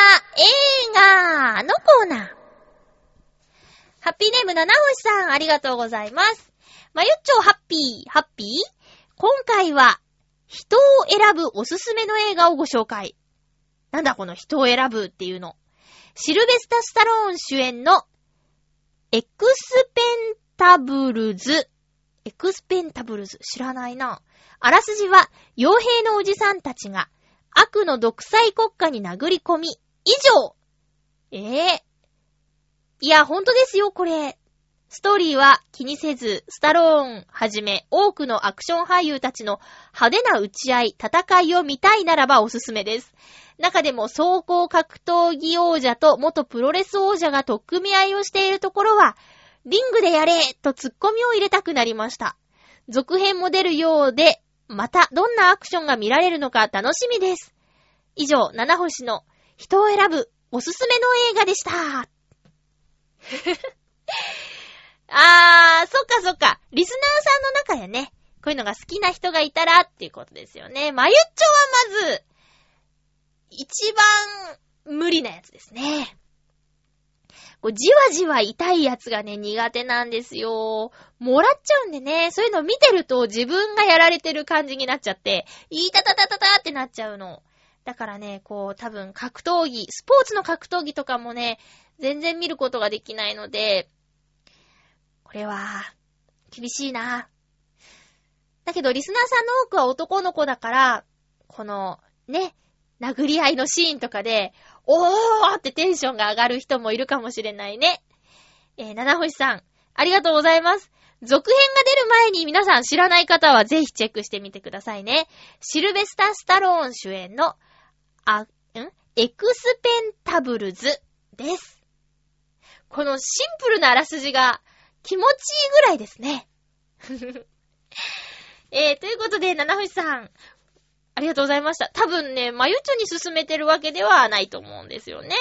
Speaker 1: 画のコーナー。ハッピーネーム七星さん、ありがとうございます。まゆっちょハッピー今回は、人を選ぶおすすめの映画をご紹介。なんだこの人を選ぶっていうの。シルベスタ・スタローン主演のエクスペンタブルズ。知らないな。あらすじは、傭兵のおじさんたちが悪の独裁国家に殴り込み、以上。いや、ほんとですよ、これ。ストーリーは気にせず、スタローンはじめ多くのアクション俳優たちの派手な打ち合い、戦いを見たいならばおすすめです。中でも総合格闘技王者と元プロレス王者が取っ組み合いをしているところは、リングでやれとツッコミを入れたくなりました。続編も出るようで、またどんなアクションが見られるのか楽しみです。以上、七星の人を選ぶおすすめの映画でした。そっか。リスナーさんの中やね、こういうのが好きな人がいたらっていうことですよね。まゆっちょはまず、一番無理なやつですね。こうじわじわ痛いやつがね、苦手なんですよ。もらっちゃうんでね、そういうの見てると自分がやられてる感じになっちゃって、いたたたたたってなっちゃうの。だからね、こう多分格闘技、スポーツの格闘技とかもね、全然見ることができないので、これは、厳しいな。だけどリスナーさんの多くは男の子だから、この、ね、殴り合いのシーンとかで、おーってテンションが上がる人もいるかもしれないね。七星さん、ありがとうございます。続編が出る前に皆さん知らない方はぜひチェックしてみてくださいね。シルベスタ・スタローン主演の、エクスペンタブルズです。このシンプルなあらすじが気持ちいいぐらいですね。ということで、七星さん、ありがとうございました。多分ね、まゆちょに勧めてるわけではないと思うんですよね。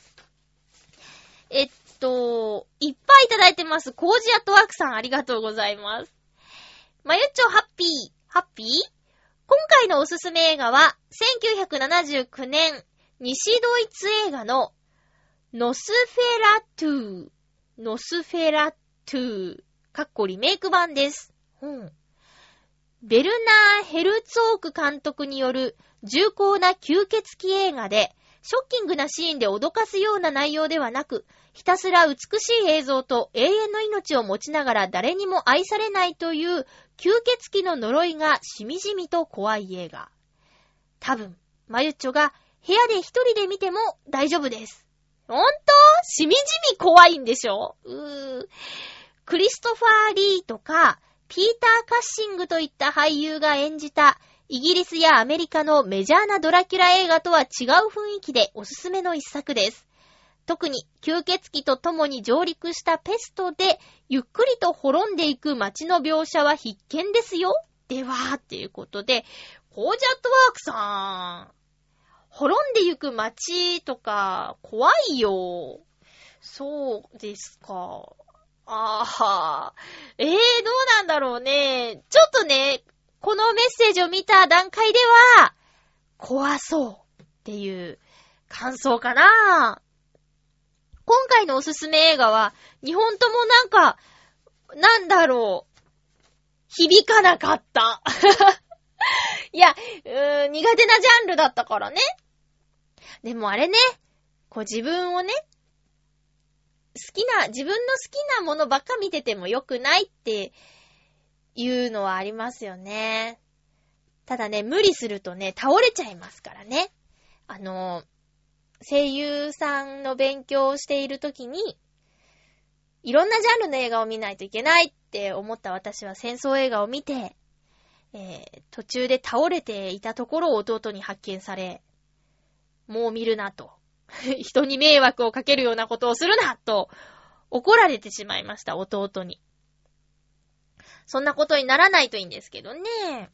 Speaker 1: いっぱいいただいてます。コージアットワークさん、ありがとうございます。まゆちょハッピー今回のおすすめ映画は、1979年、西ドイツ映画のノスフェラトゥリメイク版です。ベルナー・ヘルツォーク監督による重厚な吸血鬼映画で、ショッキングなシーンで脅かすような内容ではなく、ひたすら美しい映像と永遠の命を持ちながら誰にも愛されないという吸血鬼の呪いがしみじみと怖い映画。多分、まゆっちょが部屋で一人で見ても大丈夫です。ほんと？しみじみ怖いんでしょ？クリストファー・リーとか、ピーター・カッシングといった俳優が演じたイギリスやアメリカのメジャーなドラキュラ映画とは違う雰囲気でおすすめの一作です。 特に吸血鬼と共に上陸したペストでゆっくりと滅んでいく街の描写は必見ですよ。では、っていうことで、コージャットワークさん、滅んでゆく街とか怖いよ。そうですか。あは。どうなんだろうね。ちょっとね、このメッセージを見た段階では、怖そうっていう感想かな。今回のおすすめ映画は、2本ともなんだろう、響かなかった。いや、苦手なジャンルだったからね。でもあれね、こう自分をね、自分の好きなものばっか見てても良くないっていうのはありますよね。ただね、無理するとね、倒れちゃいますからね。声優さんの勉強をしているときに、いろんなジャンルの映画を見ないといけないって思った私は戦争映画を見て、途中で倒れていたところを弟に発見され、もう見るなと。人に迷惑をかけるようなことをするなと怒られてしまいました、弟に。そんなことにならないといいんですけどね。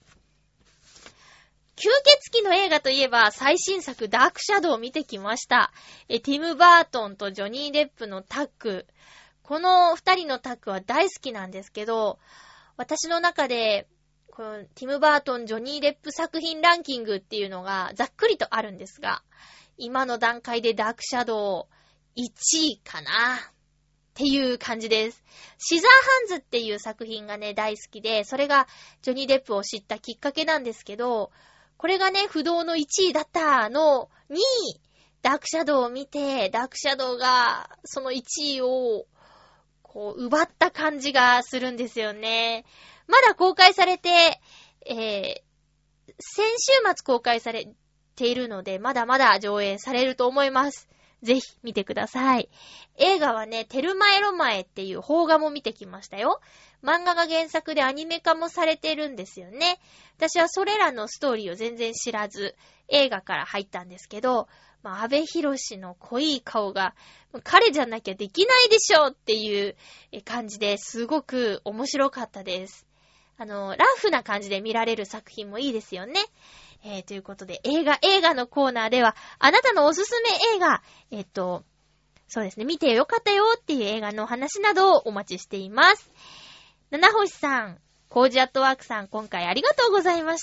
Speaker 1: 吸血鬼の映画といえば最新作ダークシャドウを見てきました。ティム・バートンとジョニー・デップのタッグ。この二人のタッグは大好きなんですけど、私の中でこのティム・バートン、ジョニー・デップ作品ランキングっていうのがざっくりとあるんですが、今の段階でダークシャドウ1位かなっていう感じです。シザーハンズっていう作品がね大好きで、それがジョニー・デップを知ったきっかけなんですけど、これがね不動の1位だったのに、ダークシャドウを見て、ダークシャドウがその1位をこう奪った感じがするんですよね。まだ公開されて、先週末公開されているので、まだまだ上映されると思います。ぜひ見てください。映画はね、テルマエロマエっていう邦画も見てきましたよ。漫画が原作でアニメ化もされてるんですよね。私はそれらのストーリーを全然知らず、映画から入ったんですけど、阿部寛の濃い顔が、彼じゃなきゃできないでしょっていう感じですごく面白かったです。ラフな感じで見られる作品もいいですよね。ということで、映画のコーナーでは、あなたのおすすめ映画、そうですね、見てよかったよっていう映画のお話などをお待ちしています。七星さん、コージアットワークさん、今回ありがとうございました。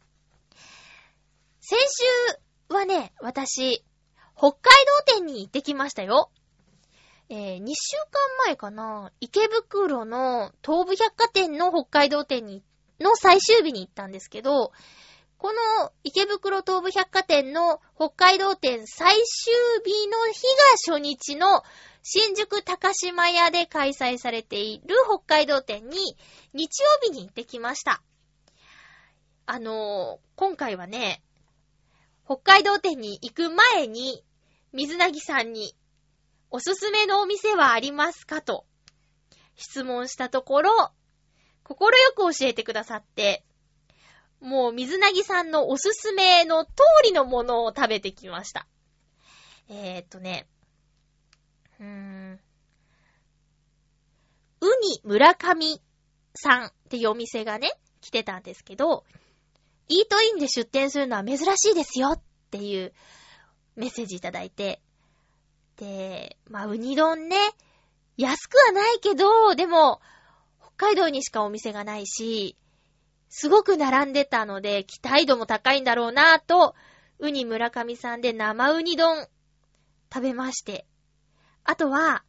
Speaker 1: 先週はね、私、北海道店に行ってきましたよ。2週間前かな、池袋の東武百貨店の北海道店の最終日に行ったんですけど、この池袋東武百貨店の北海道店最終日の日が初日の新宿高島屋で開催されている北海道店に日曜日に行ってきました。今回はね、北海道店に行く前に水なぎさんにおすすめのお店はありますかと質問したところ、心よく教えてくださって、もう水なぎさんのおすすめの通りのものを食べてきました。ウニ村上さんっていうお店がね、来てたんですけど、イートインで出店するのは珍しいですよっていうメッセージいただいて、で、ウニ丼ね、安くはないけど、でも、北海道にしかお店がないし、すごく並んでたので、期待度も高いんだろうなぁと、ウニ村上さんで生ウニ丼食べまして。あとは、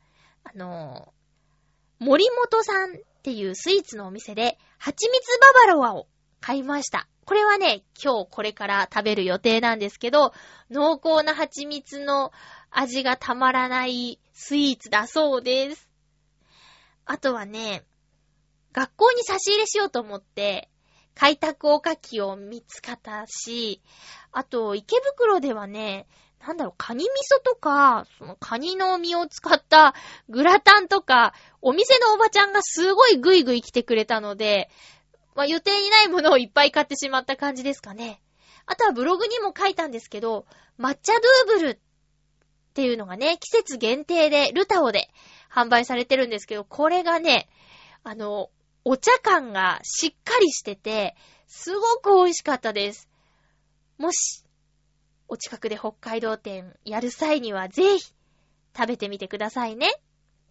Speaker 1: 森本さんっていうスイーツのお店で、蜂蜜ババロアを買いました。これはね、今日これから食べる予定なんですけど、濃厚な蜂蜜の味がたまらないスイーツだそうです。あとはね、学校に差し入れしようと思って、開拓おかきを3つ買ったし、あと池袋ではね、カニ味噌とか、そのカニの身を使ったグラタンとか、お店のおばちゃんがすごいグイグイ来てくれたので、予定にないものをいっぱい買ってしまった感じですかね。あとはブログにも書いたんですけど、抹茶ドゥーブルっっていうのがね、季節限定でルタオで販売されてるんですけど、これがね、お茶感がしっかりしてて、すごく美味しかったです。もし、お近くで北海道店やる際にはぜひ食べてみてくださいね。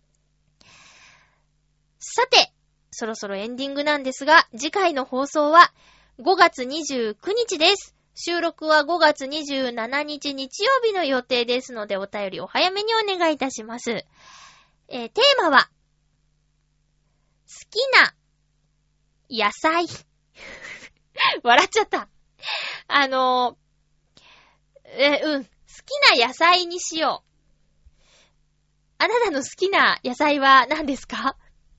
Speaker 1: さて、そろそろエンディングなんですが、次回の放送は5月29日です。収録は5月27日日曜日の予定ですので、お便りお早めにお願いいたします。テーマは、好きな野菜。笑っちゃった。好きな野菜にしよう。あなたの好きな野菜は何ですか？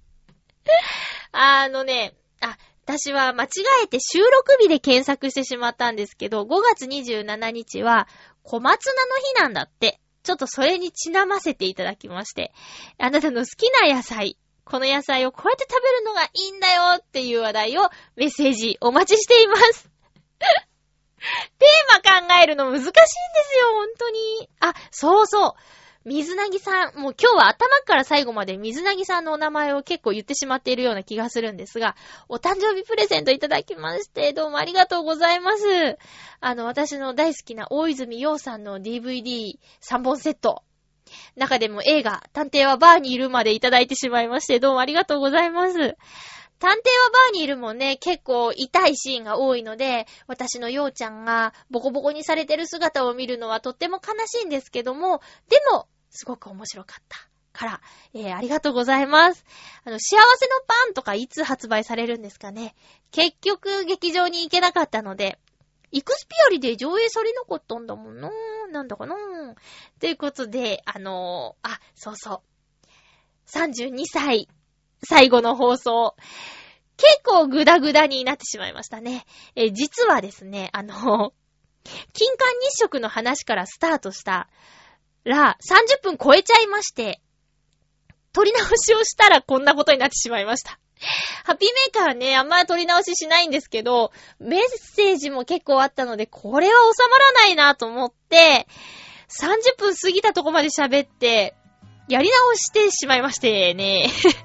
Speaker 1: 私は間違えて収録日で検索してしまったんですけど、5月27日は小松菜の日なんだって。ちょっとそれにちなませていただきまして、あなたの好きな野菜、この野菜をこうやって食べるのがいいんだよっていう話題をメッセージお待ちしています。テーマ考えるの難しいんですよ、本当に。そうそう。水なぎさん、もう今日は頭から最後まで水なぎさんのお名前を結構言ってしまっているような気がするんですが、お誕生日プレゼントいただきまして、どうもありがとうございます。私の大好きな大泉洋さんの DVD3 本セット。中でも映画、探偵はバーにいるまでいただいてしまいまして、どうもありがとうございます。探偵はバーにいるもね、結構痛いシーンが多いので、私のようちゃんがボコボコにされてる姿を見るのはとっても悲しいんですけども、でも、すごく面白かったから、ありがとうございます。幸せのパンとかいつ発売されるんですかね。結局劇場に行けなかったので、イクスピアリで上映されなかったんだもんな。なんだかな。ということで、そうそう。32歳、最後の放送。結構グダグダになってしまいましたね。実はですね、金環日食の話からスタートしたら、30分超えちゃいまして、撮り直しをしたらこんなことになってしまいました。ハッピーメーカーはね、あんま撮り直ししないんですけど、メッセージも結構あったので、これは収まらないなと思って、30分過ぎたとこまで喋って、やり直してしまいましてね。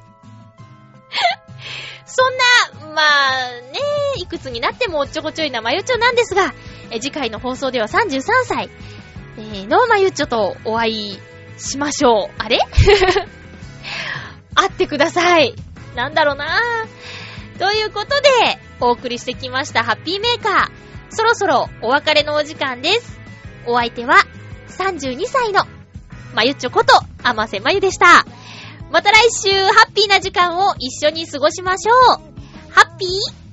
Speaker 1: そんな、いくつになってもおっちょこちょいなまゆちょなんですが、次回の放送では33歳、のまゆちょとお会いしましょう。あれ会ってください。なんだろうなぁ。ということで、お送りしてきましたハッピーメーカー。そろそろお別れのお時間です。お相手は32歳のまゆちょことあませまゆでした。また来週ハッピーな時間を一緒に過ごしましょう。ハッピー